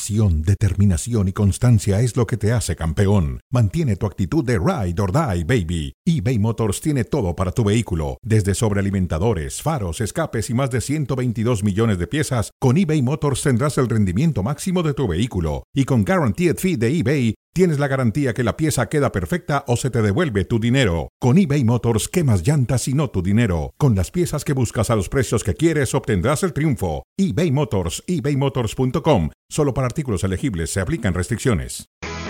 Pasión, determinación y constancia es lo que te hace campeón. Mantiene tu actitud de ride or die, baby. eBay Motors tiene todo para tu vehículo, desde sobrealimentadores, faros, escapes y más de 122 millones de piezas. Con eBay Motors tendrás el rendimiento máximo de tu vehículo. Y con Guaranteed Fee de eBay, tienes la garantía que la pieza queda perfecta o se te devuelve tu dinero. Con eBay Motors, quemas llantas y no tu dinero. Con las piezas que buscas a los precios que quieres, obtendrás el triunfo. eBay Motors, ebaymotors.com. Solo para artículos elegibles se aplican restricciones.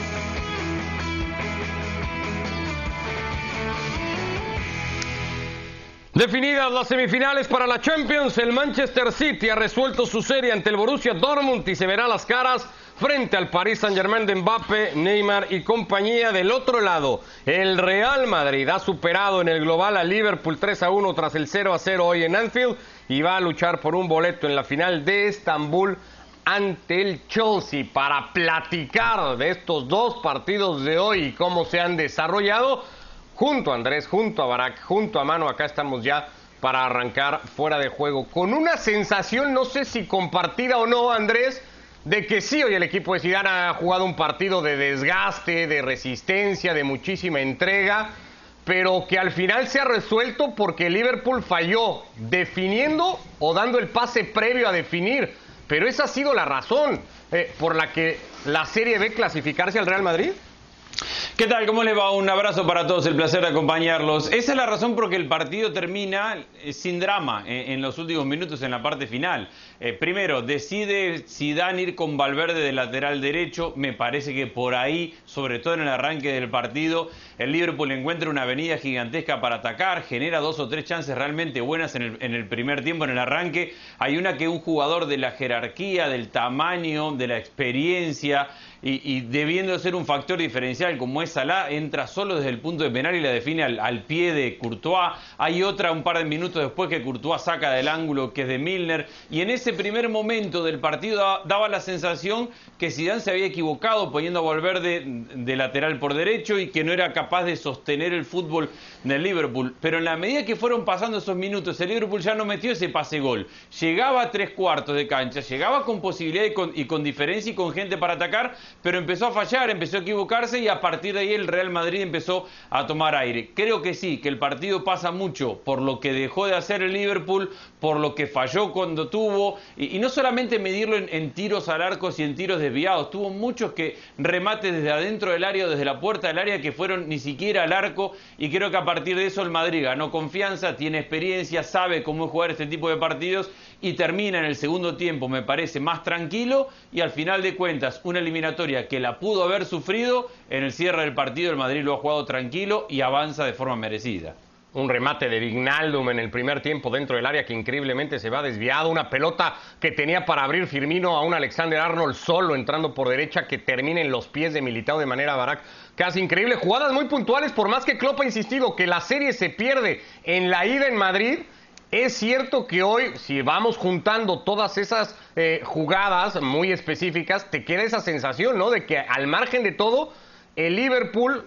Definidas las semifinales para la Champions, el Manchester City ha resuelto su serie ante el Borussia Dortmund y se verá las caras frente al Paris Saint-Germain de Mbappé, Neymar y compañía. Del otro lado, el Real Madrid ha superado en el global a Liverpool 3-1 tras el 0-0 hoy en Anfield y va a luchar por un boleto en la final de Estambul ante el Chelsea. Para platicar de estos dos partidos de hoy y cómo se han desarrollado, junto a Andrés, junto a Barak, junto a Mano, acá estamos ya para arrancar Fuera de Juego, con una sensación, no sé si compartida o no, Andrés, de que sí, hoy el equipo de Zidane ha jugado un partido de desgaste, de resistencia, de muchísima entrega, pero que al final se ha resuelto porque el Liverpool falló definiendo o dando el pase previo a definir. Pero esa ha sido la razón por la que la Serie B clasificarse al Real Madrid. ¿Qué tal? ¿Cómo les va? Un abrazo para todos, el placer de acompañarlos. Esa es la razón por la que el partido termina sin drama en los últimos minutos, en la parte final. Primero, decide Zidane ir con Valverde de lateral derecho. Me parece que por ahí, sobre todo en el arranque del partido, el Liverpool encuentra una avenida gigantesca para atacar, genera 2 o 3 chances realmente buenas en el primer tiempo, en el arranque. Hay una que un jugador de la jerarquía, del tamaño, de la experiencia y debiendo ser un factor diferencial como es Salah, entra solo desde el punto de penal y la define al pie de Courtois. Hay otra un par de minutos después que Courtois saca del ángulo, que es de Milner, y en ese primer momento del partido daba la sensación que Zidane se había equivocado poniendo a Valverde de lateral por derecho y que no era capaz de sostener el fútbol del Liverpool. Pero en la medida que fueron pasando esos minutos, el Liverpool ya no metió ese pase-gol. Llegaba a 3/4 de cancha, llegaba con posibilidad y con diferencia y con gente para atacar, pero empezó a fallar, empezó a equivocarse y a partir de ahí el Real Madrid empezó a tomar aire. Creo que sí, que el partido pasa mucho por lo que dejó de hacer el Liverpool, por lo que falló cuando tuvo, y no solamente medirlo en tiros al arco y en tiros desviados, tuvo muchos que remates desde adentro del área o desde la puerta del área que fueron ni siquiera al arco, y creo que a partir de eso el Madrid ganó confianza, tiene experiencia, sabe cómo es jugar este tipo de partidos y termina en el segundo tiempo, me parece, más tranquilo y al final de cuentas una eliminatoria que la pudo haber sufrido. En el cierre del partido el Madrid lo ha jugado tranquilo y avanza de forma merecida. Un remate de Wijnaldum en el primer tiempo dentro del área que increíblemente se va desviado. Una pelota que tenía para abrir Firmino a un Alexander-Arnold solo entrando por derecha que termina en los pies de Militao de manera Barak. Casi increíble. Jugadas muy puntuales, por más que Klopp ha insistido que la serie se pierde en la ida en Madrid. Es cierto que hoy, si vamos juntando todas esas jugadas muy específicas, te queda esa sensación, ¿no? De que al margen de todo, el Liverpool,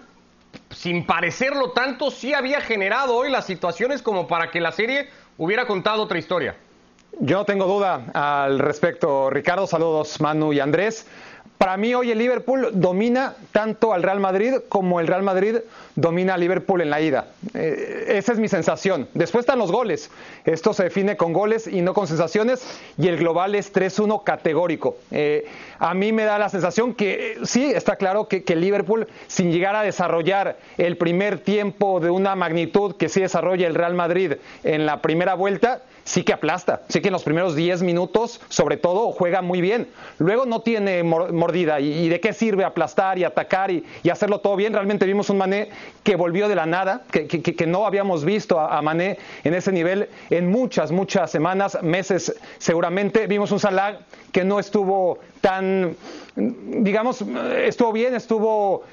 sin parecerlo tanto, sí había generado hoy las situaciones como para que la serie hubiera contado otra historia. Yo no tengo duda al respecto, Ricardo. Saludos, Manu y Andrés. Para mí hoy el Liverpool domina tanto al Real Madrid como el Real Madrid domina al Liverpool en la ida. Esa es mi sensación. Después están los goles. Esto se define con goles y no con sensaciones, y el global es 3-1 categórico. A mí me da la sensación que sí, está claro que el Liverpool, sin llegar a desarrollar el primer tiempo de una magnitud que sí desarrolla el Real Madrid en la primera vuelta, sí que aplasta. Sí que en los primeros 10 minutos, sobre todo, juega muy bien. Luego no tiene mordida. ¿Y de qué sirve aplastar y atacar y hacerlo todo bien? Realmente vimos un Mané que volvió de la nada, que no habíamos visto a Mané en ese nivel en muchas semanas, meses seguramente. Vimos un Salah que no estuvo tan, digamos, estuvo bien, estuvo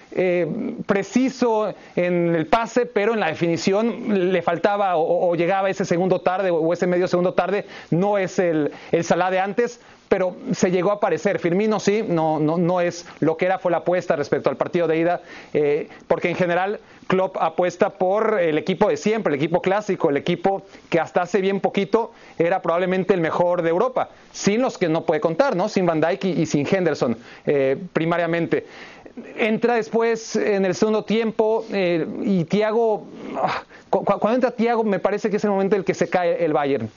preciso en el pase, pero en la definición le faltaba o llegaba ese segundo tarde o ese medio segundo tarde. No es el Salah de antes, pero se llegó a aparecer. Firmino sí, no es lo que fue la apuesta respecto al partido de ida, porque en general Klopp apuesta por el equipo de siempre, el equipo clásico, el equipo que hasta hace bien poquito era probablemente el mejor de Europa, sin los que no puede contar, ¿no? Sin Van Dijk y sin Henderson, primariamente. Entra después en el segundo tiempo y Thiago, cuando entra Thiago me parece que es el momento en el que se cae el Bayern,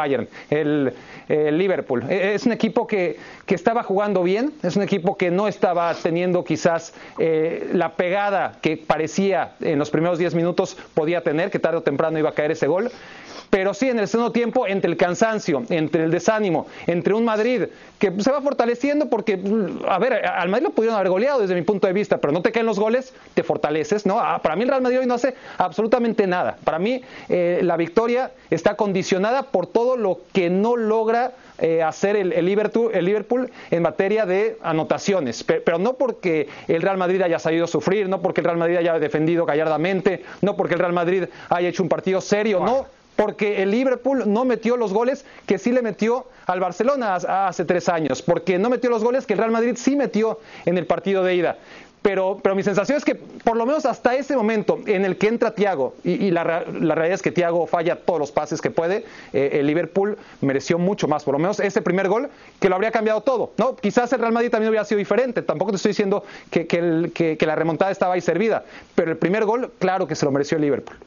el Liverpool. Es un equipo que estaba jugando bien, es un equipo que no estaba teniendo quizás la pegada que parecía en los primeros 10 minutos podía tener, que tarde o temprano iba a caer ese gol. Pero sí, en el segundo tiempo, entre el cansancio, entre el desánimo, entre un Madrid que se va fortaleciendo porque, a ver, al Madrid lo pudieron haber goleado desde mi punto de vista, pero no te caen los goles, te fortaleces, ¿no? Para mí el Real Madrid hoy no hace absolutamente nada. Para mí la victoria está condicionada por todo lo que no logra hacer el Liverpool en materia de anotaciones, pero no porque el Real Madrid haya salido a sufrir, no porque el Real Madrid haya defendido gallardamente, no porque el Real Madrid haya hecho un partido serio, no, porque el Liverpool no metió los goles que sí le metió al Barcelona hace 3 años, porque no metió los goles que el Real Madrid sí metió en el partido de ida. Pero mi sensación es que por lo menos hasta ese momento en el que entra Thiago, y la realidad es que Thiago falla todos los pases que puede, el Liverpool mereció mucho más, por lo menos ese primer gol, que lo habría cambiado todo, ¿no? Quizás el Real Madrid también hubiera sido diferente, tampoco te estoy diciendo que la remontada estaba ahí servida, pero el primer gol, claro que se lo mereció el Liverpool.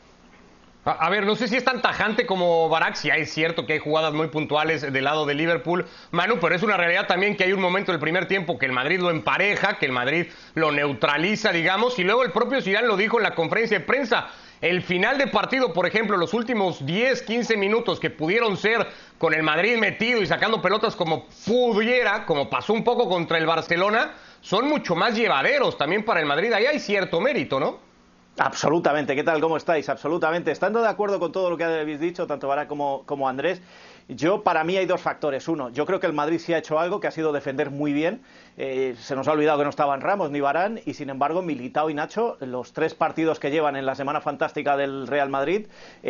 A ver, no sé si es tan tajante como Barak, si es cierto que hay jugadas muy puntuales del lado de Liverpool, Manu, pero es una realidad también que hay un momento del primer tiempo que el Madrid lo empareja, que el Madrid lo neutraliza, digamos, y luego el propio Zidane lo dijo en la conferencia de prensa. El final de partido, por ejemplo, los últimos 10, 15 minutos que pudieron ser con el Madrid metido y sacando pelotas como pudiera, como pasó un poco contra el Barcelona, son mucho más llevaderos también para el Madrid. Ahí hay cierto mérito, ¿no? Absolutamente, ¿qué tal? ¿Cómo estáis? Absolutamente, estando de acuerdo con todo lo que habéis dicho, tanto Barak como Andrés. Para mí hay 2 factores. Uno, yo creo que el Madrid sí ha hecho algo, que ha sido defender muy bien. Se nos ha olvidado que no estaban Ramos ni Varane, y sin embargo Militao y Nacho, los 3 partidos que llevan en la semana fantástica del Real Madrid,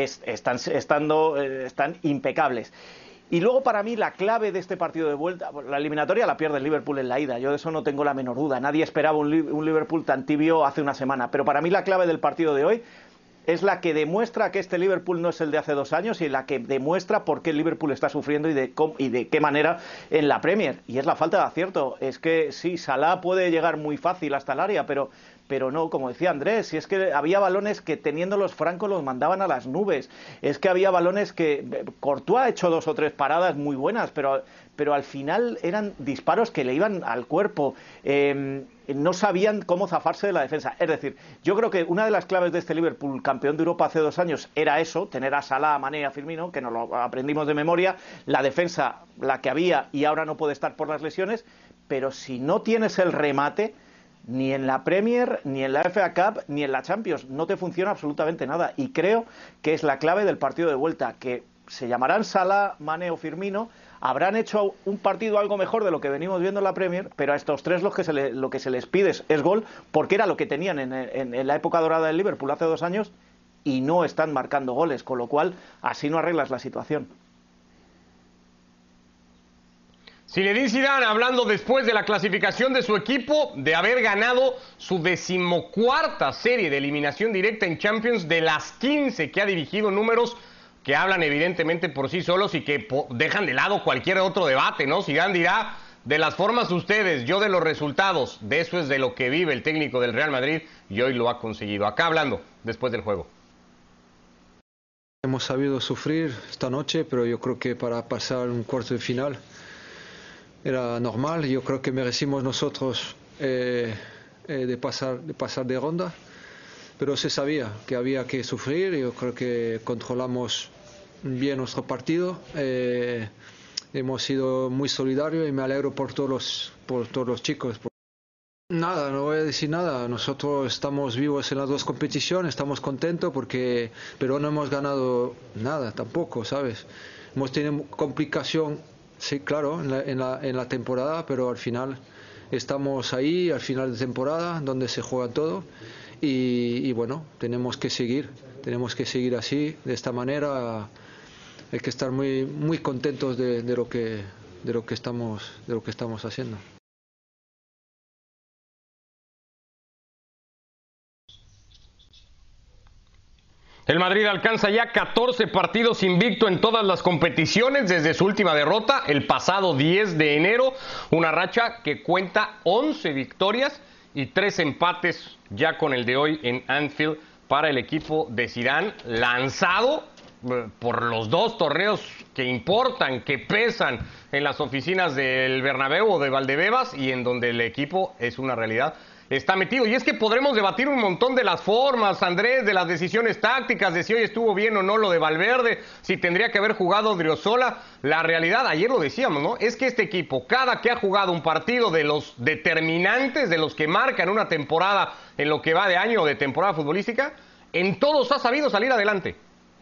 están impecables. Y luego para mí la clave de este partido de vuelta, la eliminatoria la pierde el Liverpool en la ida, yo de eso no tengo la menor duda, nadie esperaba un Liverpool tan tibio hace una semana, pero para mí la clave del partido de hoy es la que demuestra que este Liverpool no es el de hace 2 años y la que demuestra por qué el Liverpool está sufriendo y de qué manera en la Premier, y es la falta de acierto. Es que sí, Salah puede llegar muy fácil hasta el área, pero no, como decía Andrés, si es que había balones que teniéndolos francos los mandaban a las nubes, es que había balones que Courtois ha hecho 2 o 3 paradas muy buenas, pero al final eran disparos que le iban al cuerpo, no sabían cómo zafarse de la defensa. Es decir, yo creo que una de las claves de este Liverpool campeón de Europa hace 2 años era eso, tener a Salah, a Mané y a Firmino, que nos lo aprendimos de memoria, la defensa, la que había y ahora no puede estar por las lesiones, pero si no tienes el remate, ni en la Premier, ni en la FA Cup, ni en la Champions, no te funciona absolutamente nada, y creo que es la clave del partido de vuelta, que se llamarán Salah, Mané o Firmino, habrán hecho un partido algo mejor de lo que venimos viendo en la Premier, pero a estos 3 lo que se les pide es gol, porque era lo que tenían en la época dorada del Liverpool hace 2 años, y no están marcando goles, con lo cual así no arreglas la situación. Zinedine Zidane hablando después de la clasificación de su equipo, de haber ganado su 14ª serie de eliminación directa en Champions de las 15 que ha dirigido, números que hablan evidentemente por sí solos y que dejan de lado cualquier otro debate, ¿no? Zidane dirá, de las formas ustedes, yo de los resultados, de eso es de lo que vive el técnico del Real Madrid y hoy lo ha conseguido. Acá hablando después del juego. Hemos sabido sufrir esta noche, pero yo creo que para pasar un cuarto de final era normal. Yo creo que merecimos nosotros de pasar de ronda, pero se sabía que había que sufrir. Yo creo que controlamos bien nuestro partido, hemos sido muy solidarios y me alegro por todos los chicos. Nada, no voy a decir nada. Nosotros estamos vivos en las 2 competiciones, estamos contentos pero no hemos ganado nada tampoco, ¿sabes? Hemos tenido complicación, sí, claro, en la temporada, pero al final estamos ahí, al final de temporada, donde se juega todo. Y bueno, tenemos que seguir así, de esta manera. Hay que estar muy, muy contentos de lo que lo que estamos haciendo. El Madrid alcanza ya 14 partidos invicto en todas las competiciones desde su última derrota el pasado 10 de enero. Una racha que cuenta 11 victorias y 3 empates ya con el de hoy en Anfield para el equipo de Zidane, lanzado por los dos torneos que importan, que pesan en las oficinas del Bernabéu o de Valdebebas y en donde el equipo es una realidad. Está metido. Y es que podremos debatir un montón de las formas, Andrés, de las decisiones tácticas, de si hoy estuvo bien o no lo de Valverde, si tendría que haber jugado Odriozola. La realidad, ayer lo decíamos, ¿no? Es que este equipo, cada que ha jugado un partido de los determinantes, de los que marcan una temporada en lo que va de año o de temporada futbolística, en todos ha sabido salir adelante.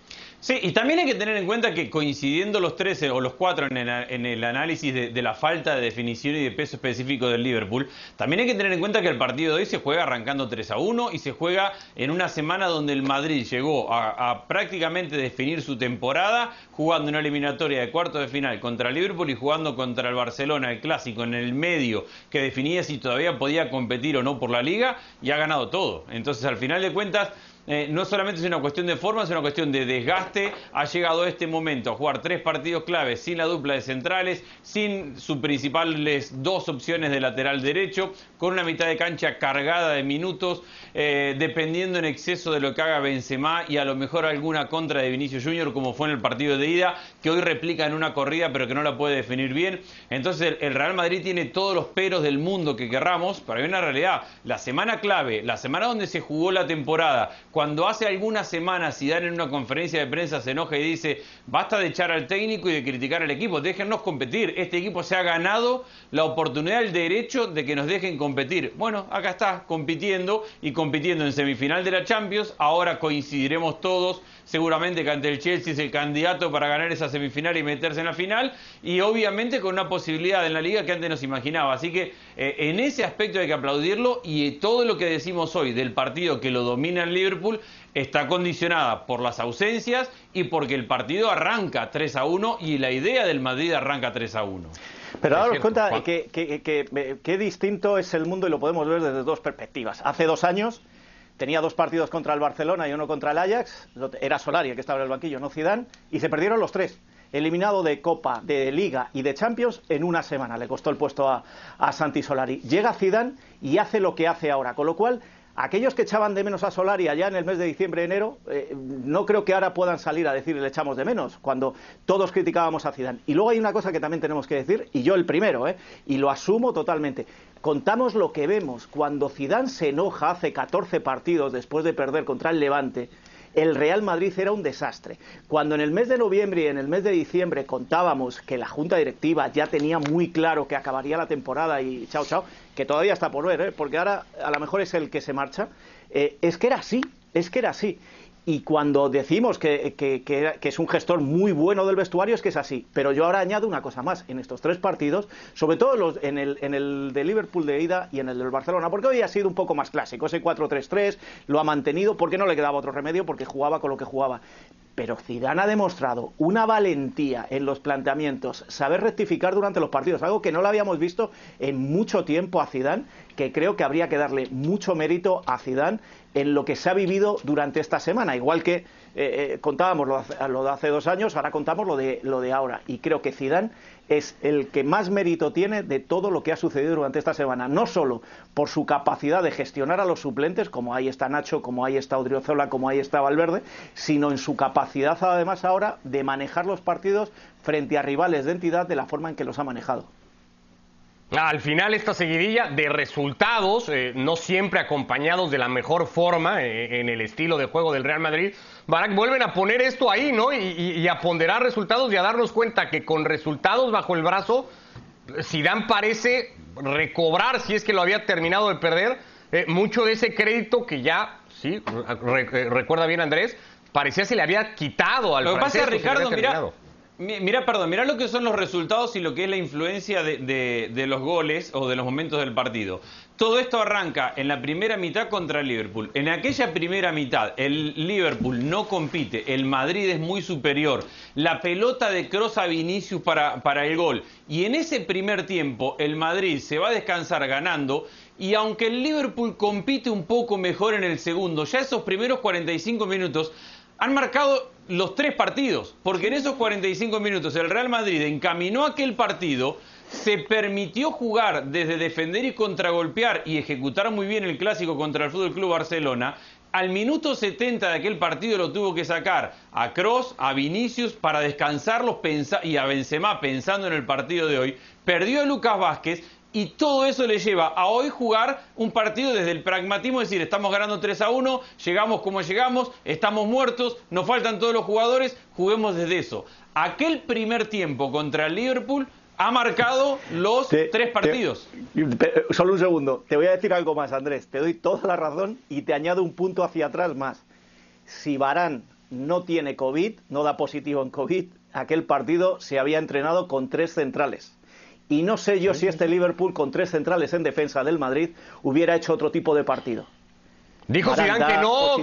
Sí, y también hay que tener en cuenta que coincidiendo los 13 o los 4 en el análisis de la falta de definición y de peso específico del Liverpool, también hay que tener en cuenta que el partido de hoy se juega arrancando 3-1 y se juega en una semana donde el Madrid llegó a prácticamente definir su temporada jugando una eliminatoria de cuartos de final contra el Liverpool y jugando contra el Barcelona, el clásico en el medio que definía si todavía podía competir o no por la Liga, y ha ganado todo. Entonces, al final de cuentas, no solamente es una cuestión de forma, es una cuestión de desgaste. Ha llegado a este momento a jugar 3 partidos claves sin la dupla de centrales, sin sus principales 2 opciones de lateral derecho, con una mitad de cancha cargada de minutos, dependiendo en exceso de lo que haga Benzema y a lo mejor alguna contra de Vinicius Junior, como fue en el partido de ida, que hoy replica en una corrida pero que no la puede definir bien. Entonces el Real Madrid tiene todos los peros del mundo que querramos, pero hay una realidad. La semana clave, la semana donde se jugó la temporada, cuando hace algunas semanas Zidane en una conferencia de prensa se enoja y dice: basta de echar al técnico y de criticar al equipo, déjennos competir, este equipo se ha ganado la oportunidad, el derecho de que nos dejen competir. Bueno, acá está, compitiendo en semifinal de la Champions. Ahora coincidiremos todos, seguramente que ante el Chelsea es el candidato para ganar esa semifinal y meterse en la final, y obviamente con una posibilidad en la Liga que antes no se imaginaba. Así que en ese aspecto hay que aplaudirlo, y todo lo que decimos hoy del partido que lo domina el Liverpool está condicionada por las ausencias y porque el partido arranca 3-1 y la idea del Madrid arranca 3-1. Pero daros cuenta que distinto es el mundo, y lo podemos ver desde 2 perspectivas. Hace 2 años tenía 2 partidos contra el Barcelona y 1 contra el Ajax, era Solari el que estaba en el banquillo, no Zidane, y se perdieron los 3. Eliminado de Copa, de Liga y de Champions en una semana. Le costó el puesto a Santi Solari. Llega Zidane y hace lo que hace ahora, con lo cual aquellos que echaban de menos a Solari allá en el mes de diciembre, enero, no creo que ahora puedan salir a decir le echamos de menos, cuando todos criticábamos a Zidane. Y luego hay una cosa que también tenemos que decir, y yo el primero, y lo asumo totalmente. Contamos lo que vemos. Cuando Zidane se enoja hace 14 partidos después de perder contra el Levante, el Real Madrid era un desastre. Cuando en el mes de noviembre y en el mes de diciembre contábamos que la Junta Directiva ya tenía muy claro que acabaría la temporada y chao, chao, que todavía está por ver, porque ahora a lo mejor es el que se marcha, es que era así. Y cuando decimos que es un gestor muy bueno del vestuario, es que es así. Pero yo ahora añado una cosa más. En estos 3 partidos, sobre todo en el de Liverpool de ida y en el del Barcelona, porque hoy ha sido un poco más clásico. Ese 4-3-3 lo ha mantenido porque no le quedaba otro remedio, porque jugaba con lo que jugaba. Pero Zidane ha demostrado una valentía en los planteamientos, saber rectificar durante los partidos, algo que no lo habíamos visto en mucho tiempo a Zidane, que creo que habría que darle mucho mérito a Zidane en lo que se ha vivido durante esta semana. Igual que contábamos lo de hace 2 años, ahora contamos lo de ahora. Y creo que Zidane es el que más mérito tiene de todo lo que ha sucedido durante esta semana. No solo por su capacidad de gestionar a los suplentes, como ahí está Nacho, como ahí está Odriozola, como ahí está Valverde, sino en su capacidad además ahora de manejar los partidos frente a rivales de entidad de la forma en que los ha manejado. Al final esta seguidilla de resultados, no siempre acompañados de la mejor forma en el estilo de juego del Real Madrid, Barak, vuelven a poner esto ahí, ¿no? Y a ponderar resultados y a darnos cuenta que con resultados bajo el brazo, Zidane parece recobrar, si es que lo había terminado de perder, mucho de ese crédito que ya, sí, recuerda bien Andrés, parecía se le había quitado al francés. Lo que pasa, Ricardo, mira, Mirá lo que son los resultados y lo que es la influencia de los goles o de los momentos del partido. Todo esto arranca en la primera mitad contra el Liverpool. En aquella primera mitad, el Liverpool no compite, el Madrid es muy superior. La pelota de Kroos a Vinicius para el gol. Y en ese primer tiempo, el Madrid se va a descansar ganando. Y aunque el Liverpool compite un poco mejor en el segundo, ya esos primeros 45 minutos han marcado los 3 partidos. Porque en esos 45 minutos el Real Madrid encaminó aquel partido, se permitió jugar desde defender y contragolpear y ejecutar muy bien el clásico contra el FC Barcelona. Al minuto 70 de aquel partido lo tuvo que sacar a Kroos, a Vinicius para descansarlos y a Benzema pensando en el partido de hoy. Perdió a Lucas Vázquez y todo eso le lleva a hoy jugar un partido desde el pragmatismo, es decir, estamos ganando 3-1, llegamos como llegamos, estamos muertos, nos faltan todos los jugadores, juguemos desde eso. Aquel primer tiempo contra el Liverpool ha marcado los 3 partidos. Solo un segundo. Te voy a decir algo más, Andrés. Te doy toda la razón y te añado un punto hacia atrás más. Si Varane no tiene COVID, no da positivo en COVID, aquel partido se había entrenado con 3 centrales. Y no sé yo si este Liverpool con 3 centrales en defensa del Madrid hubiera hecho otro tipo de partido. Dijo Zidane que no,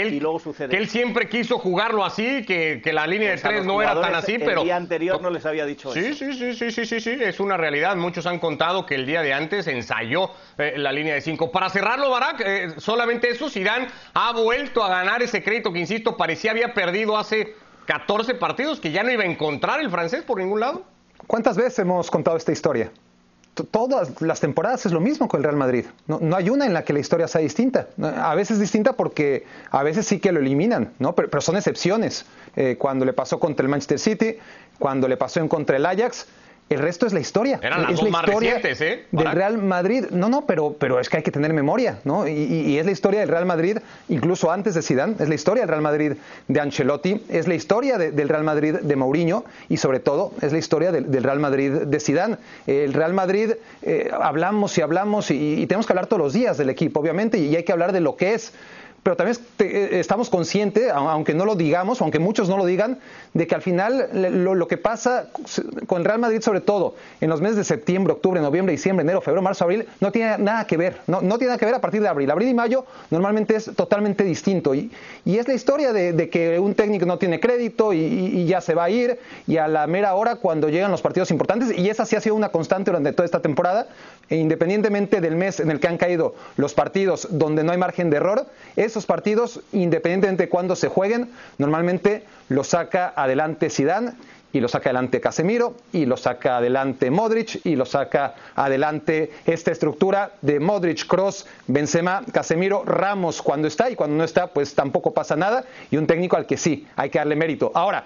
que él siempre quiso jugarlo así, que la línea de 3 no era tan así, pero... El día anterior no les había dicho eso. Sí, es una realidad. Muchos han contado que el día de antes ensayó la línea de 5. Para cerrarlo, Barak, solamente eso, Zidane ha vuelto a ganar ese crédito que, insisto, parecía había perdido hace 14 partidos, que ya no iba a encontrar el francés por ningún lado. ¿Cuántas veces hemos contado esta historia? Todas las temporadas es lo mismo con el Real Madrid. No hay una en la que la historia sea distinta. A veces distinta porque a veces sí que lo eliminan, ¿no? Pero son excepciones. Cuando le pasó contra el Manchester City, cuando le pasó en contra el Ajax, el resto es la historia. Eran las dos más recientes, ¿eh? Del Real Madrid. No, pero es que hay que tener memoria, ¿no? Y es la historia del Real Madrid, incluso antes de Zidane, es la historia del Real Madrid de Ancelotti, es la historia del Real Madrid de Mourinho y sobre todo es la historia del Real Madrid de Zidane. El Real Madrid, hablamos y tenemos que hablar todos los días del equipo, obviamente, y hay que hablar de lo que es. Pero también estamos conscientes, aunque no lo digamos, aunque muchos no lo digan, de que al final lo que pasa con el Real Madrid, sobre todo en los meses de septiembre, octubre, noviembre, diciembre, enero, febrero, marzo, abril, no tiene nada que ver. No tiene nada que ver a partir de abril. Abril y mayo normalmente es totalmente distinto. Y es la historia de que un técnico no tiene crédito y ya se va a ir, y a la mera hora cuando llegan los partidos importantes, y esa sí ha sido una constante durante toda esta temporada, e independientemente del mes en el que han caído los partidos donde no hay margen de error, esos partidos, independientemente de cuándo se jueguen, normalmente los saca adelante Zidane, y lo saca adelante Casemiro, y lo saca adelante Modric, y lo saca adelante esta estructura de Modric, Kroos, Benzema, Casemiro, Ramos cuando está, y cuando no está pues tampoco pasa nada, y un técnico al que sí hay que darle mérito. Ahora,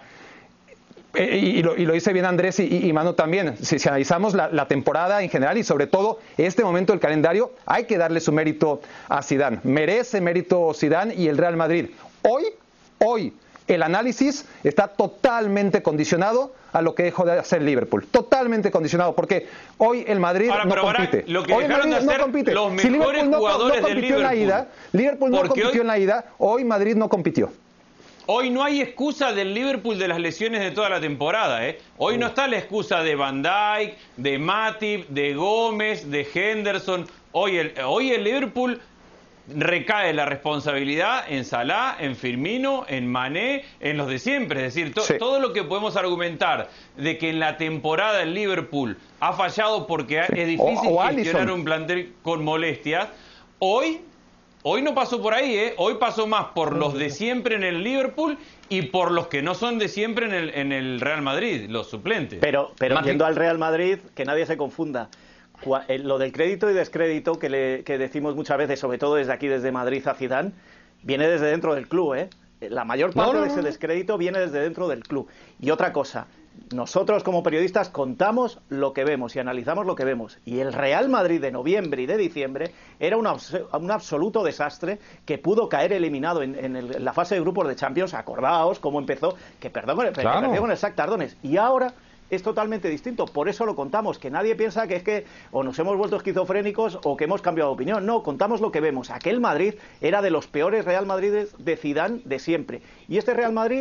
y lo dice bien Andrés y Manu también, si analizamos la temporada en general y sobre todo este momento del calendario, hay que darle su mérito a Zidane. Merece mérito Zidane y el Real Madrid. Hoy el análisis está totalmente condicionado a lo que dejó de hacer Liverpool. Totalmente condicionado, porque hoy el Madrid no compite. Hoy el Madrid no compite. Si Liverpool no compitió en la ida, hoy Madrid no compitió. Hoy no hay excusa del Liverpool de las lesiones de toda la temporada, ¿eh? Hoy no está la excusa de Van Dijk, de Matip, de Gómez, de Henderson. Hoy el Liverpool recae la responsabilidad en Salah, en Firmino, en Mané, en los de siempre. Es decir, todo lo que podemos argumentar de que en la temporada el Liverpool ha fallado porque es difícil gestionar un plantel con molestias, Hoy no pasó por ahí, ¿eh? Hoy pasó más por los de siempre en el Liverpool y por los que no son de siempre en el Real Madrid, los suplentes. Pero yendo al Real Madrid, que nadie se confunda. Lo del crédito y descrédito que decimos muchas veces, sobre todo desde aquí, desde Madrid a Zidane, viene desde dentro del club, ¿eh? La mayor parte de ese descrédito viene desde dentro del club. Y otra cosa, nosotros como periodistas contamos lo que vemos y analizamos lo que vemos. Y el Real Madrid de noviembre y de diciembre era un absoluto desastre que pudo caer eliminado en la fase de grupos de Champions. Acordaos cómo empezó, que perdió con el Shakhtar Donetsk. Y ahora es totalmente distinto, por eso lo contamos, que nadie piensa que es que o nos hemos vuelto esquizofrénicos o que hemos cambiado de opinión. No, contamos lo que vemos. Aquel Madrid era de los peores Real Madrides de Zidane de siempre. Y este Real Madrid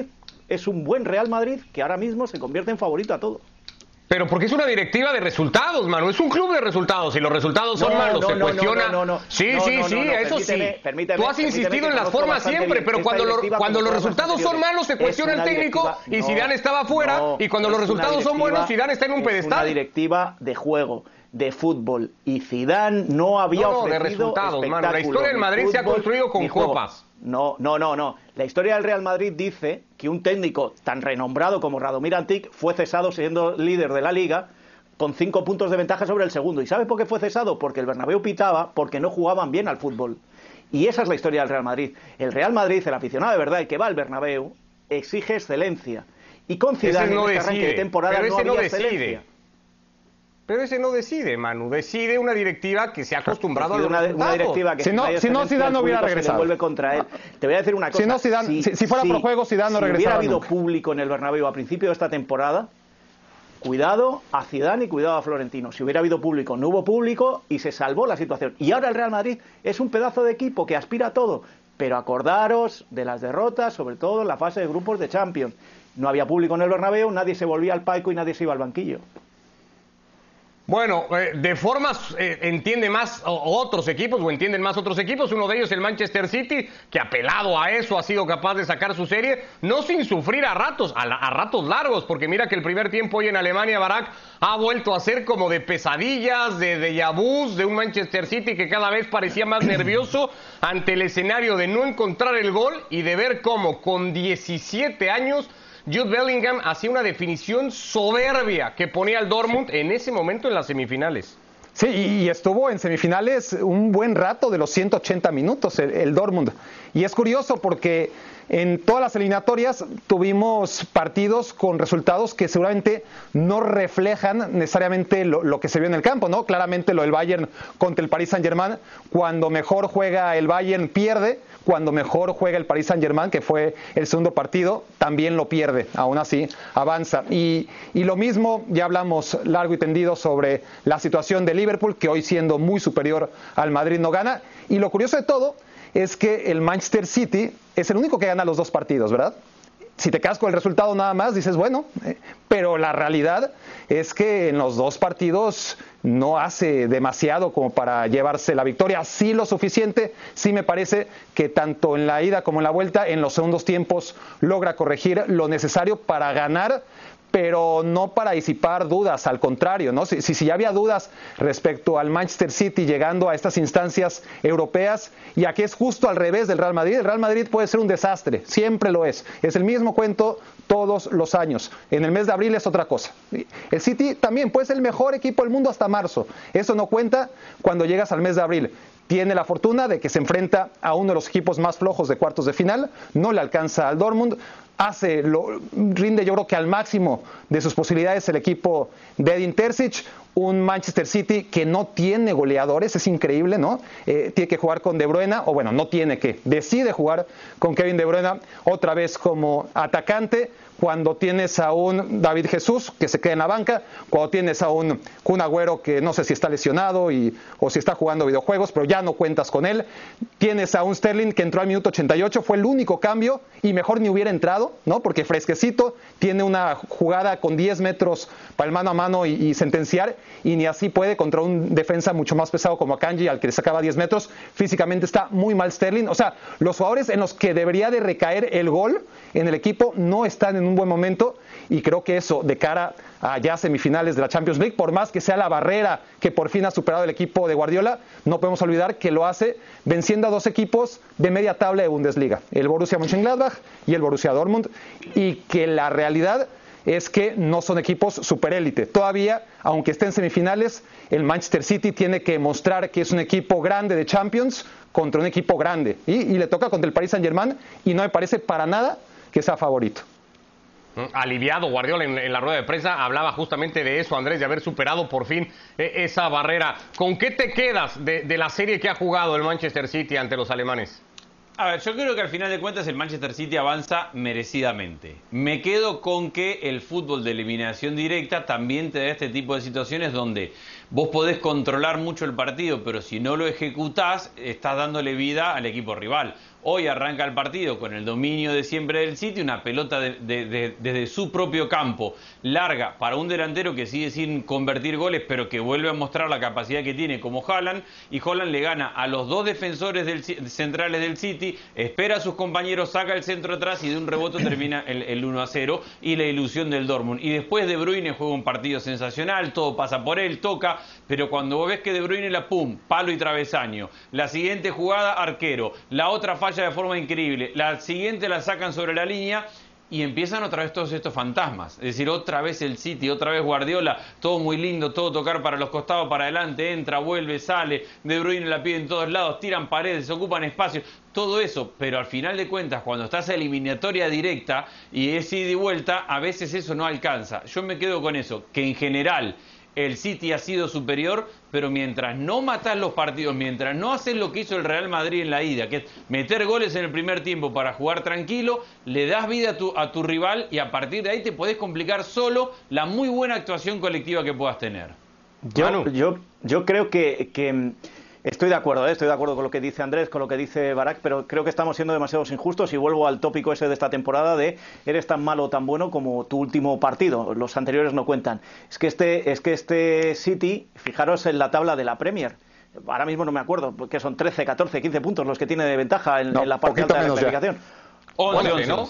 es un buen Real Madrid que ahora mismo se convierte en favorito a todo. Pero porque es una directiva de resultados, Manu. Es un club de resultados. Si los resultados son malos, se cuestiona. Sí, eso sí. Tú has insistido en las formas siempre, pero cuando los resultados son malos, se cuestiona el técnico y Zidane estaba fuera. Y cuando los resultados son buenos, Zidane está en un pedestal. Es una directiva de juego, de fútbol. Y Zidane no había ofrecido de resultados, Manu. La historia del del Madrid se ha construido con copas. No. La historia del Real Madrid dice que un técnico tan renombrado como Radomir Antic fue cesado siendo líder de la Liga con 5 puntos de ventaja sobre el segundo. ¿Y sabe por qué fue cesado? Porque el Bernabéu pitaba, porque no jugaban bien al fútbol. Y esa es la historia del Real Madrid. El Real Madrid, el aficionado de verdad, el que va al Bernabéu, exige excelencia. Y con Zidane en este arranque de temporada no había excelencia. Pero ese no decide, Manu. Decide una directiva que se ha acostumbrado a los resultados. Una directiva que si no Zidane no hubiera regresado. Se vuelve contra él. Te voy a decir una cosa. Si fuera por juego, Zidane no regresaba. Si hubiera habido público en el Bernabéu a principio de esta temporada, cuidado a Zidane y cuidado a Florentino. Si hubiera habido público, no hubo público y se salvó la situación. Y ahora el Real Madrid es un pedazo de equipo que aspira a todo. Pero acordaros de las derrotas, sobre todo en la fase de grupos de Champions. No había público en el Bernabéu, nadie se volvía al palco y nadie se iba al banquillo. Bueno, de formas entienden más otros equipos o entienden más otros equipos. Uno de ellos el Manchester City, que apelado a eso ha sido capaz de sacar su serie, no sin sufrir a ratos largos, porque mira que el primer tiempo hoy en Alemania, Barak, ha vuelto a ser como de pesadillas, de déjà vus, de un Manchester City que cada vez parecía más nervioso ante el escenario de no encontrar el gol y de ver cómo con 17 años Jude Bellingham hacía una definición soberbia que ponía al Dortmund en ese momento en las semifinales. Sí, y estuvo en semifinales un buen rato de los 180 minutos el Dortmund. Y es curioso porque en todas las eliminatorias tuvimos partidos con resultados que seguramente no reflejan necesariamente lo que se vio en el campo, ¿no? Claramente lo del Bayern contra el Paris Saint-Germain, cuando mejor juega el Bayern pierde, cuando mejor juega el Paris Saint-Germain, que fue el segundo partido, también lo pierde, aún así avanza. Y lo mismo, ya hablamos largo y tendido sobre la situación de Liverpool, que hoy siendo muy superior al Madrid no gana. Y lo curioso de todo es que el Manchester City es el único que gana los dos partidos, ¿verdad? Si te quedas con el resultado nada más, dices, bueno, pero la realidad es que en los dos partidos no hace demasiado como para llevarse la victoria. Sí lo suficiente, sí me parece que tanto en la ida como en la vuelta, en los segundos tiempos, logra corregir lo necesario para ganar, pero no para disipar dudas, al contrario, ¿no? Si ya había dudas respecto al Manchester City llegando a estas instancias europeas, y aquí es justo al revés del Real Madrid. El Real Madrid puede ser un desastre, siempre lo es el mismo cuento todos los años. En el mes de abril es otra cosa. El City también puede ser el mejor equipo del mundo hasta marzo, eso no cuenta cuando llegas al mes de abril. Tiene la fortuna de que se enfrenta a uno de los equipos más flojos de cuartos de final, no le alcanza al Dortmund, rinde yo creo que al máximo de sus posibilidades el equipo de Edin Terzic, un Manchester City que no tiene goleadores, es increíble, ¿no? Tiene que jugar con De Bruyne, o bueno, no tiene que, decide jugar con Kevin De Bruyne otra vez como atacante, cuando tienes a un David Jesús que se queda en la banca, cuando tienes a un Kun Agüero que no sé si está lesionado o si está jugando videojuegos, pero ya no cuentas con él, tienes a un Sterling que entró al minuto 88, fue el único cambio y mejor ni hubiera entrado, ¿no? Porque fresquecito, tiene una jugada con 10 metros para el mano a mano y sentenciar, y ni así puede contra un defensa mucho más pesado como Akanji, al que le sacaba 10 metros, físicamente está muy mal Sterling. O sea, los jugadores en los que debería de recaer el gol en el equipo no están en un buen momento, y creo que eso de cara a ya semifinales de la Champions League, por más que sea la barrera que por fin ha superado el equipo de Guardiola, no podemos olvidar que lo hace venciendo a dos equipos de media tabla de Bundesliga, el Borussia Mönchengladbach y el Borussia Dortmund, y que la realidad es que no son equipos superélite. Todavía, aunque esté en semifinales, el Manchester City tiene que mostrar que es un equipo grande de Champions contra un equipo grande, y le toca contra el Paris Saint-Germain, y no me parece para nada que sea favorito. Aliviado Guardiola en la rueda de prensa hablaba justamente de eso, Andrés, de haber superado por fin esa barrera. ¿Con qué te quedas de la serie que ha jugado el Manchester City ante los alemanes? A ver, yo creo que al final de cuentas el Manchester City avanza merecidamente. Me quedo con que el fútbol de eliminación directa también te da este tipo de situaciones donde vos podés controlar mucho el partido, pero si no lo ejecutás, estás dándole vida al equipo rival. Hoy arranca el partido con el dominio de siempre del City, una pelota desde su propio campo, larga para un delantero que sigue sin convertir goles, pero que vuelve a mostrar la capacidad que tiene como Haaland, y Haaland le gana a los dos defensores centrales del City, espera a sus compañeros, saca el centro atrás y de un rebote termina el 1-0 y la ilusión del Dortmund. Y después De Bruyne juega un partido sensacional, todo pasa por él, toca, pero cuando vos ves que De Bruyne palo y travesaño, la siguiente jugada arquero, la otra falla de forma increíble, la siguiente la sacan sobre la línea y empiezan otra vez todos estos fantasmas, es decir, otra vez el City, otra vez Guardiola, todo muy lindo, todo tocar para los costados, para adelante, entra, vuelve, sale, De Bruyne la pide en todos lados, tiran paredes, ocupan espacio, todo eso, pero al final de cuentas, cuando estás a eliminatoria directa y es ida y vuelta, a veces eso no alcanza. Yo me quedo con eso, que en general el City ha sido superior, pero mientras no matás los partidos, mientras no haces lo que hizo el Real Madrid en la ida, que es meter goles en el primer tiempo para jugar tranquilo, le das vida a tu rival y a partir de ahí te podés complicar solo la muy buena actuación colectiva que puedas tener. Yo creo que estoy de acuerdo con lo que dice Andrés, con lo que dice Barak, pero creo que estamos siendo demasiados injustos y vuelvo al tópico ese de esta temporada de eres tan malo o tan bueno como tu último partido, los anteriores no cuentan. Es que este City, fijaros en la tabla de la Premier, ahora mismo no me acuerdo, porque son 13, 14, 15 puntos los que tiene de ventaja en la parte alta de la clasificación. 11, ¿no?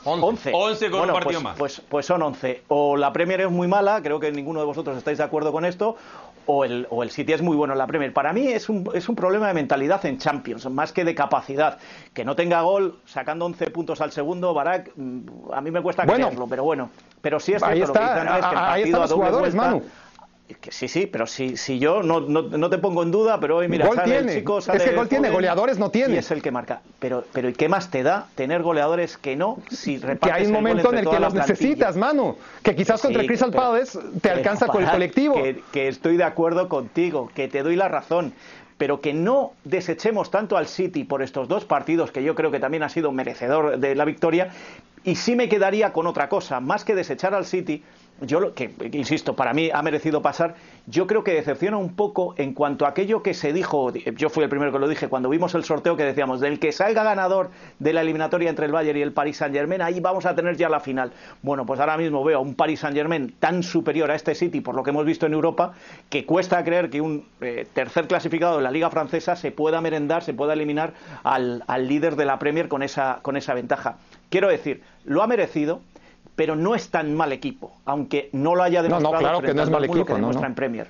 11 con un partido más. Pues son 11. O la Premier es muy mala, creo que ninguno de vosotros estáis de acuerdo con esto, o el City es muy bueno en la Premier. Para mí es un problema de mentalidad en Champions, más que de capacidad. Que no tenga gol, sacando 11 puntos al segundo, Barak, a mí me cuesta creerlo, pero bueno. Pero sí es cierto lo que dice Andrés, que el partido a doble vuelta... Manu. Sí, pero si yo no te pongo en duda, pero hoy mira, gol tiene. Es que gol tiene, goleadores no tiene. Y es el que marca. Pero ¿y qué más te da tener goleadores que no? Si repartes que hay un momento en el que los necesitas, Manu. Que quizás contra el Crystal Palace te alcanza con el colectivo. Que estoy de acuerdo contigo, que te doy la razón. Pero que no desechemos tanto al City por estos dos partidos, que yo creo que también ha sido merecedor de la victoria. Y sí me quedaría con otra cosa, más que desechar al City, insisto, para mí ha merecido pasar, yo creo que decepciona un poco en cuanto a aquello que se dijo, yo fui el primero que lo dije, cuando vimos el sorteo que decíamos, del que salga ganador de la eliminatoria entre el Bayern y el Paris Saint-Germain, ahí vamos a tener ya la final. Bueno, pues ahora mismo veo a un Paris Saint-Germain tan superior a este City, por lo que hemos visto en Europa, que cuesta creer que un tercer clasificado de la Liga Francesa se pueda merendar, se pueda eliminar al líder de la Premier con esa ventaja. Quiero decir, lo ha merecido, pero no es tan mal equipo, aunque no lo haya demostrado. No, claro que no es mal equipo, en Premier.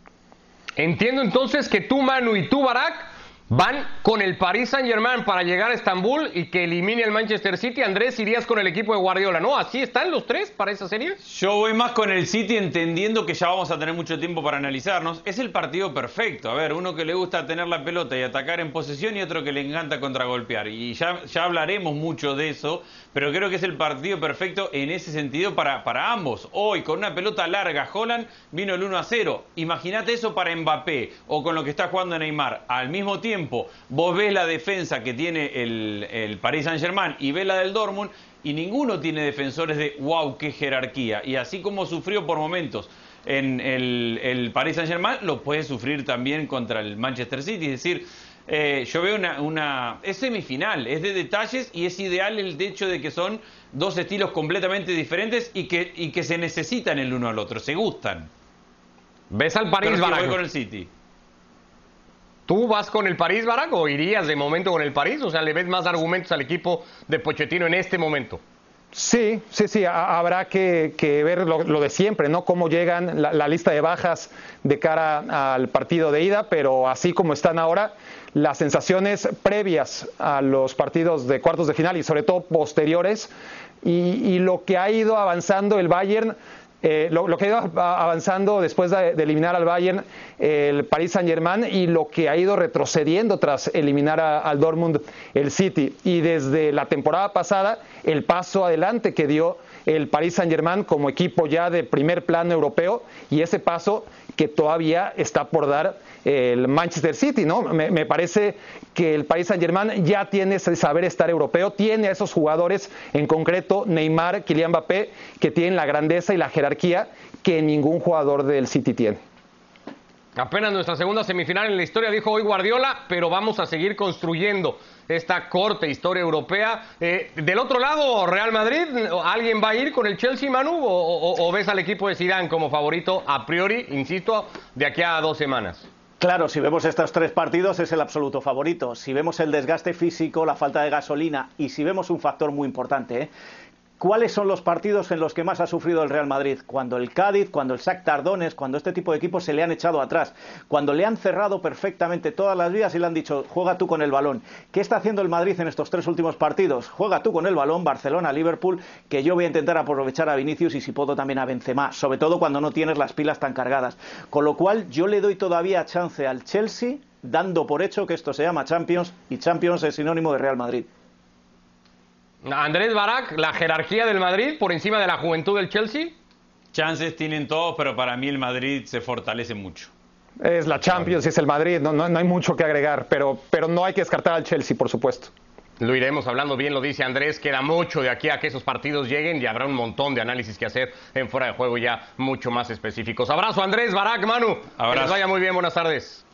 Entiendo entonces que tú, Manu, y tú, Barak, van con el Paris Saint-Germain para llegar a Estambul y que elimine el Manchester City. Andrés, irías con el equipo de Guardiola, ¿no? ¿Así están los tres para esa serie? Yo voy más con el City, entendiendo que ya vamos a tener mucho tiempo para analizarnos. Es el partido perfecto. A ver, uno que le gusta tener la pelota y atacar en posesión y otro que le encanta contragolpear. Y ya hablaremos mucho de eso, pero creo que es el partido perfecto en ese sentido para ambos. Hoy, con una pelota larga, Haaland vino el 1-0. Imagínate eso para Mbappé o con lo que está jugando Neymar. Al mismo tiempo, vos ves la defensa que tiene el Paris Saint-Germain y ves la del Dortmund y ninguno tiene defensores de wow, qué jerarquía. Y así como sufrió por momentos en el Paris Saint-Germain, lo puede sufrir también contra el Manchester City. Es decir, yo veo es semifinal, es de detalles y es ideal el hecho de que son dos estilos completamente diferentes y que se necesitan el uno al otro, se gustan. ¿Ves al París, Barak? Voy con el City. ¿Tú vas con el París, Barak, o irías de momento con el París? O sea, ¿le ves más argumentos al equipo de Pochettino en este momento? Sí, habrá que ver lo de siempre, ¿no? Cómo llegan la lista de bajas de cara al partido de ida, pero así como están ahora, las sensaciones previas a los partidos de cuartos de final y sobre todo posteriores, y lo que ha ido avanzando el Bayern, lo que ha ido avanzando después de eliminar al Bayern, el Paris Saint-Germain, y lo que ha ido retrocediendo tras eliminar al Dortmund, el City. Y desde la temporada pasada, el paso adelante que dio el Paris Saint-Germain como equipo ya de primer plano europeo, y ese paso que todavía está por dar el Manchester City, ¿no? Me parece que el Paris Saint-Germain ya tiene ese saber estar europeo, tiene a esos jugadores, en concreto Neymar, Kylian Mbappé, que tienen la grandeza y la jerarquía que ningún jugador del City tiene. Apenas nuestra segunda semifinal en la historia, dijo hoy Guardiola, pero vamos a seguir construyendo esta corta historia europea. Del otro lado, Real Madrid, ¿alguien va a ir con el Chelsea, Manu? ¿O ves al equipo de Zidane como favorito a priori, insisto, de aquí a 2 semanas? Claro, si vemos estos 3 partidos es el absoluto favorito. Si vemos el desgaste físico, la falta de gasolina y si vemos un factor muy importante, ¿cuáles son los partidos en los que más ha sufrido el Real Madrid? Cuando el Cádiz, cuando el Shakhtar Donetsk, cuando este tipo de equipos se le han echado atrás, cuando le han cerrado perfectamente todas las vías y le han dicho, juega tú con el balón. ¿Qué está haciendo el Madrid en estos 3 últimos partidos? Juega tú con el balón, Barcelona, Liverpool, que yo voy a intentar aprovechar a Vinicius y si puedo también a Benzema, sobre todo cuando no tienes las pilas tan cargadas. Con lo cual yo le doy todavía chance al Chelsea, dando por hecho que esto se llama Champions y Champions es sinónimo de Real Madrid. Andrés Barak, la jerarquía del Madrid por encima de la juventud del Chelsea. Chances tienen todos, pero para mí el Madrid se fortalece mucho. Es la Champions, es el Madrid, no hay mucho que agregar, pero no hay que descartar al Chelsea, por supuesto. Lo iremos hablando, bien lo dice Andrés, queda mucho de aquí a que esos partidos lleguen y habrá un montón de análisis que hacer en Fuera de Juego ya mucho más específicos. Abrazo Andrés, Barak, Manu, Abrazo. que les vaya muy bien, buenas tardes.